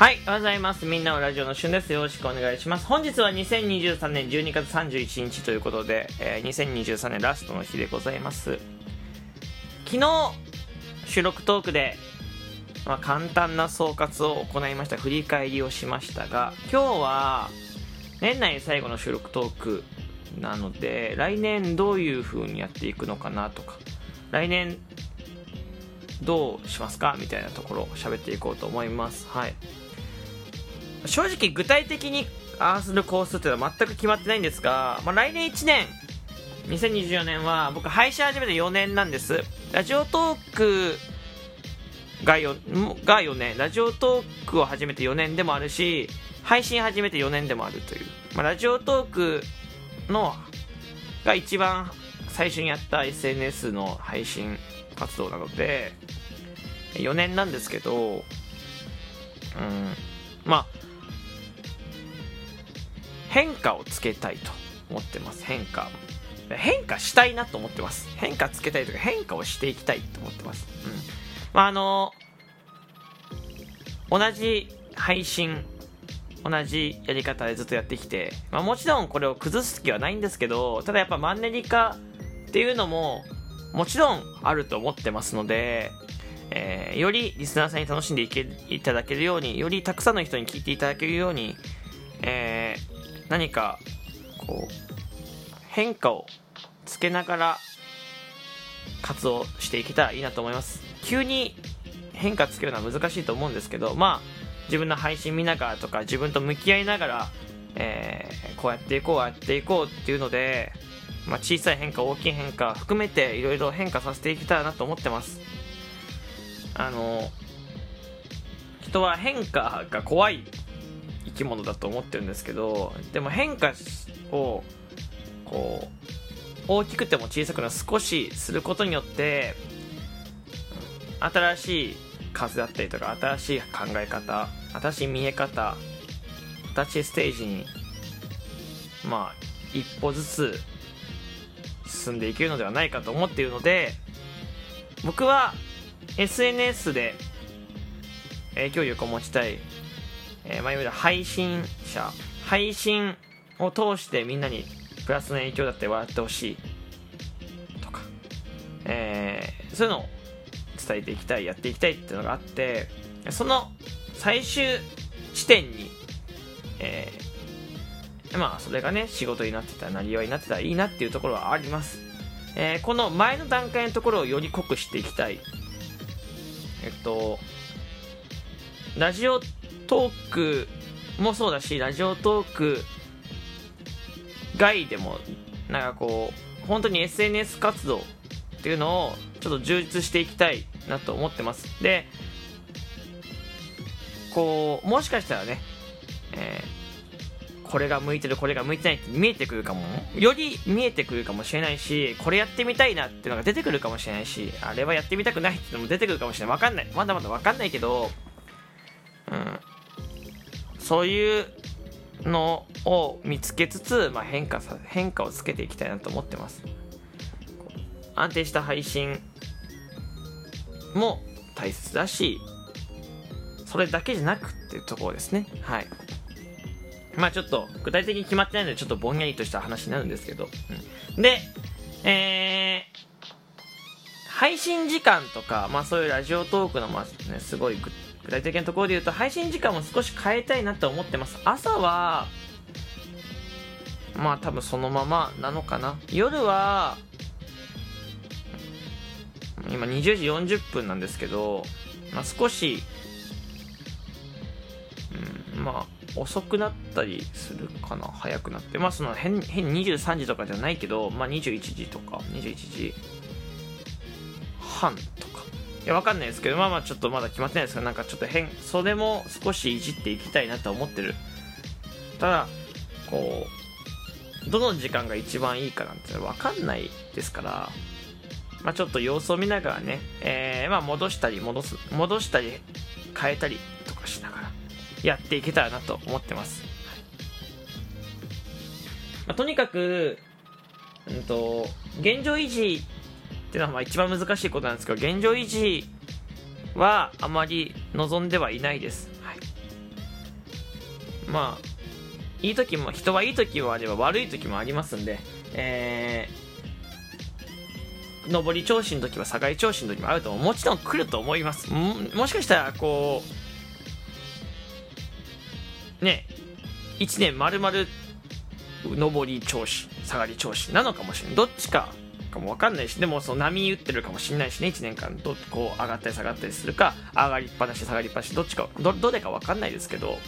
はい、おはようございます。みんなのラジオのしゅんです。よろしくお願いします。本日は2023年12月31日ということで、2023年ラストの日でございます。昨日、収録トークで、簡単な総括を行いました。振り返りをしましたが、今日は、年内最後の収録トークなので、来年どういう風にやっていくのかなとか、来年どうしますかみたいなところを喋っていこうと思います。はい。正直具体的にああするコースっていうのは全く決まってないんですが、来年1年2024年は僕配信始めて4年なんです。ラジオトークが4年、ラジオトークを始めて4年でもあるし、配信始めて4年でもあるという、ラジオトークのが一番最初にやった SNS の配信活動なので4年なんですけど、変化をつけたいと思ってます。変化したいなと思ってます。変化つけたいとか変化をしていきたいと思ってます。同じ配信同じやり方でずっとやってきて、もちろんこれを崩す気はないんですけど、ただやっぱマンネリ化っていうのももちろんあると思ってますので、よりリスナーさんに楽しんでいただけるように、よりたくさんの人に聞いていただけるように、何かこう変化をつけながら活動していけたらいいなと思います。急に変化つけるのは難しいと思うんですけど、自分の配信見ながらとか自分と向き合いながら、こうやっていこうっていうので、小さい変化大きい変化含めていろいろ変化させていけたらなと思ってます。人は変化が怖い生き物だと思ってるんですけど、でも変化をこう大きくても小さくても少しすることによって新しい風だったりとか新しい考え方、新しい見え方、新しいステージに一歩ずつ進んでいけるのではないかと思っているので、僕は SNS で影響力を持ちたい、いわゆる配信者、配信を通してみんなにプラスの影響だって笑ってほしいとか、そういうのを伝えていきたい、やっていきたいっていうのがあって、その最終地点に、それがね仕事になってたら、なりわいになってたらいいなっていうところはあります。この前の段階のところをより濃くしていきたい。ラジオトークもそうだし、ラジオトーク外でも本当に SNS 活動っていうのをちょっと充実していきたいなと思ってます。で、もしかしたらね、これが向いてるこれが向いてないって見えてくるかも、より見えてくるかもしれないし、これやってみたいなっていうのが出てくるかもしれないし、あれはやってみたくないっていうのも出てくるかもしれない。まだまだ分かんないけど、そういうのを見つけつつ、変化をつけていきたいなと思ってます。安定した配信も大切だし、それだけじゃなくっていうところですね。はい。ちょっと具体的に決まってないのでちょっとぼんやりとした話になるんですけど、で、配信時間とか、そういうラジオトークのすごい具体的なところで言うと、配信時間も少し変えたいなと思ってます。朝は多分そのままなのかな。夜は今20時40分なんですけど、少し遅くなったりするかな、早くなって、その変に23時とかじゃないけど、21時とか21時半とか、わかんないですけど、ちょっとまだ決まってないですが、ちょっとそれも少しいじっていきたいなと思ってる。ただどの時間が一番いいかなんてわかんないですから、ちょっと様子を見ながらね、戻したり変えたりとかしながらやっていけたらなと思ってます。とにかく現状維持っていうのは一番難しいことなんですけど、現状維持はあまり望んではいないです。はい。 まあいい時も、人はいい時もあれば悪い時もありますんで、上り調子の時は下がり調子の時もあるともちろん来ると思います。もしかしたらこうね、1年丸々上り調子下がり調子なのかもしれない、どっちかも分かんないし、でもその波打ってるかもしれないしね、1年間こう上がったり下がったりするか、上がりっぱなし下がりっぱなし、どっちかどれか分かんないですけど、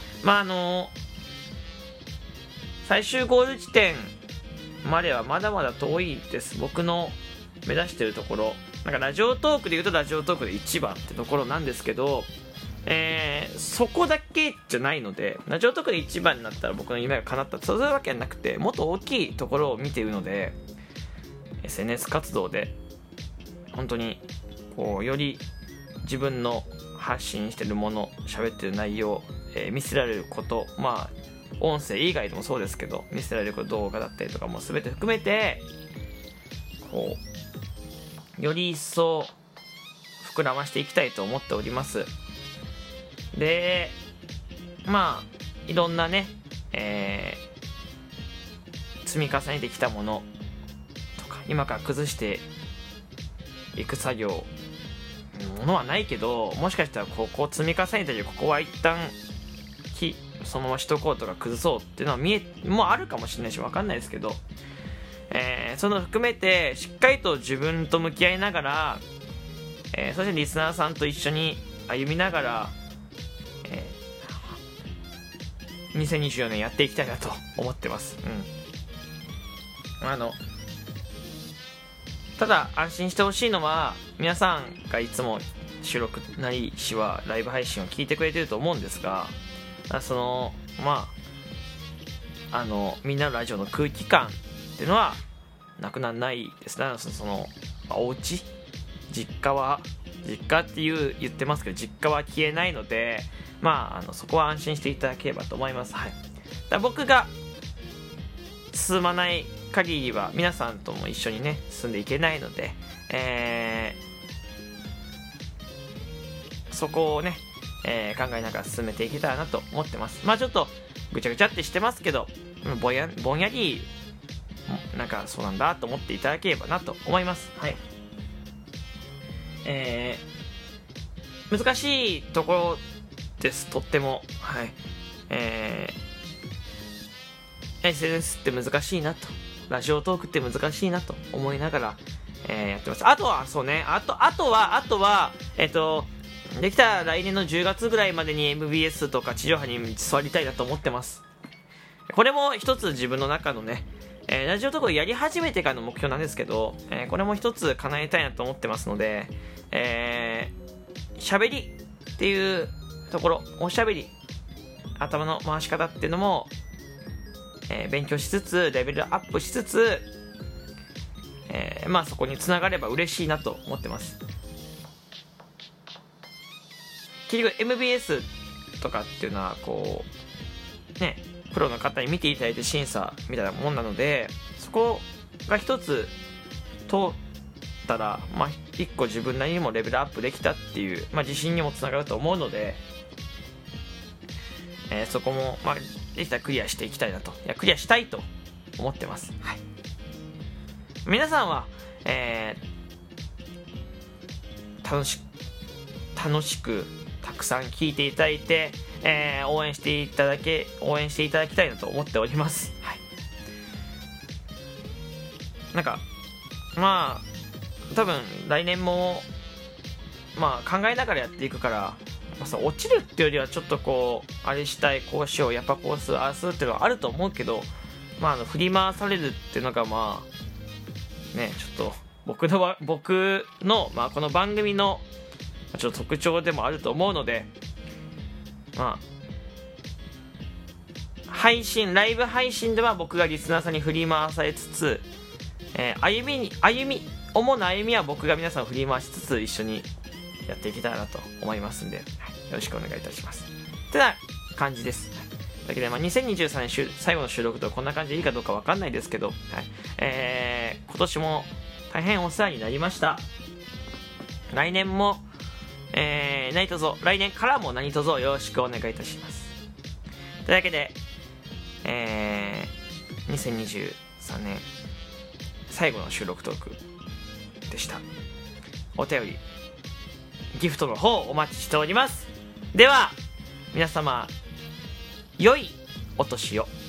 最終ゴール地点まではまだまだ遠いです。僕の目指してるところ、なんかラジオトークで言うとラジオトークで1番ってところなんですけど、そこだけじゃないので、ラジオトークで1番になったら僕の夢が叶った、そういうわけじゃなくて、もっと大きいところを見ているので、SNS 活動で本当にこうより自分の発信してるもの、喋ってる内容、見せられること、音声以外でもそうですけど、見せられる動画だったりとかも全て含めてこうより一層膨らましていきたいと思っております。でいろんなね、積み重ねてきたものとか、今から崩していく作業ものはないけど、もしかしたらここ積み重ねたり、ここは一旦そのまましとこうとか崩そうっていうのはもうあるかもしれないし、分かんないですけど、その含めてしっかりと自分と向き合いながら、そしてリスナーさんと一緒に歩みながら、2024年やっていきたいなと思ってます。ただ安心してほしいのは、皆さんがいつも収録なりしはライブ配信を聞いてくれてると思うんですが、みんなのラジオの空気感っていうのはなくならないですね。お家、実家って言ってますけど、実家は消えないので、そこは安心していただければと思います。だ僕が進まない限りは皆さんとも一緒にね進んでいけないので、そこをね、考えながら進めていけたらなと思ってます。ちょっとぐちゃぐちゃってしてますけど、ぼんやりなんかそうなんだと思っていただければなと思います。難しいところです、とっても。SNS って難しいなと、ラジオトークって難しいなと思いながら、やってます。あとはできたら来年の10月ぐらいまでに MBS とか地上波に座りたいなと思ってます。これも一つ自分の中のね、ラジオトークをやり始めてからの目標なんですけど、これも一つ叶えたいなと思ってますので、喋りっていうところ、おしゃべり、頭の回し方っていうのも、勉強しつつ、レベルアップしつつ、そこにつながれば嬉しいなと思ってます。結局 MBS とかっていうのはこうね、プロの方に見ていただいて審査みたいなもんなので、そこが一つ通ったら、一個自分なりにもレベルアップできたっていう、自信にもつながると思うので、そこもできたらクリアしていきたいなと、クリアしたいと思ってます。皆さんは、楽しくたくさん聞いていただいて、応援していただきたいなと思っております。多分来年も考えながらやっていくから、落ちるっていうよりはちょっとこうあれしたい、こうしよう、やっぱこうする、ああするっていうのはあると思うけど、振り回されるっていうのがちょっと僕のこの番組のちょっと特徴でもあると思うので、ライブ配信では僕がリスナーさんに振り回されつつ、主な歩みは僕が皆さんを振り回しつつ一緒にやっていけたらなと思いますんで、よろしくお願いいたします。ってな感じです。だけど2023年最後の収録とこんな感じでいいかどうかわかんないですけど、今年も大変お世話になりました。来年も、来年からも何卒よろしくお願いいたします。 というわけで、2023年最後の収録トークでした。お便りギフトの方お待ちしております。では皆様良いお年を。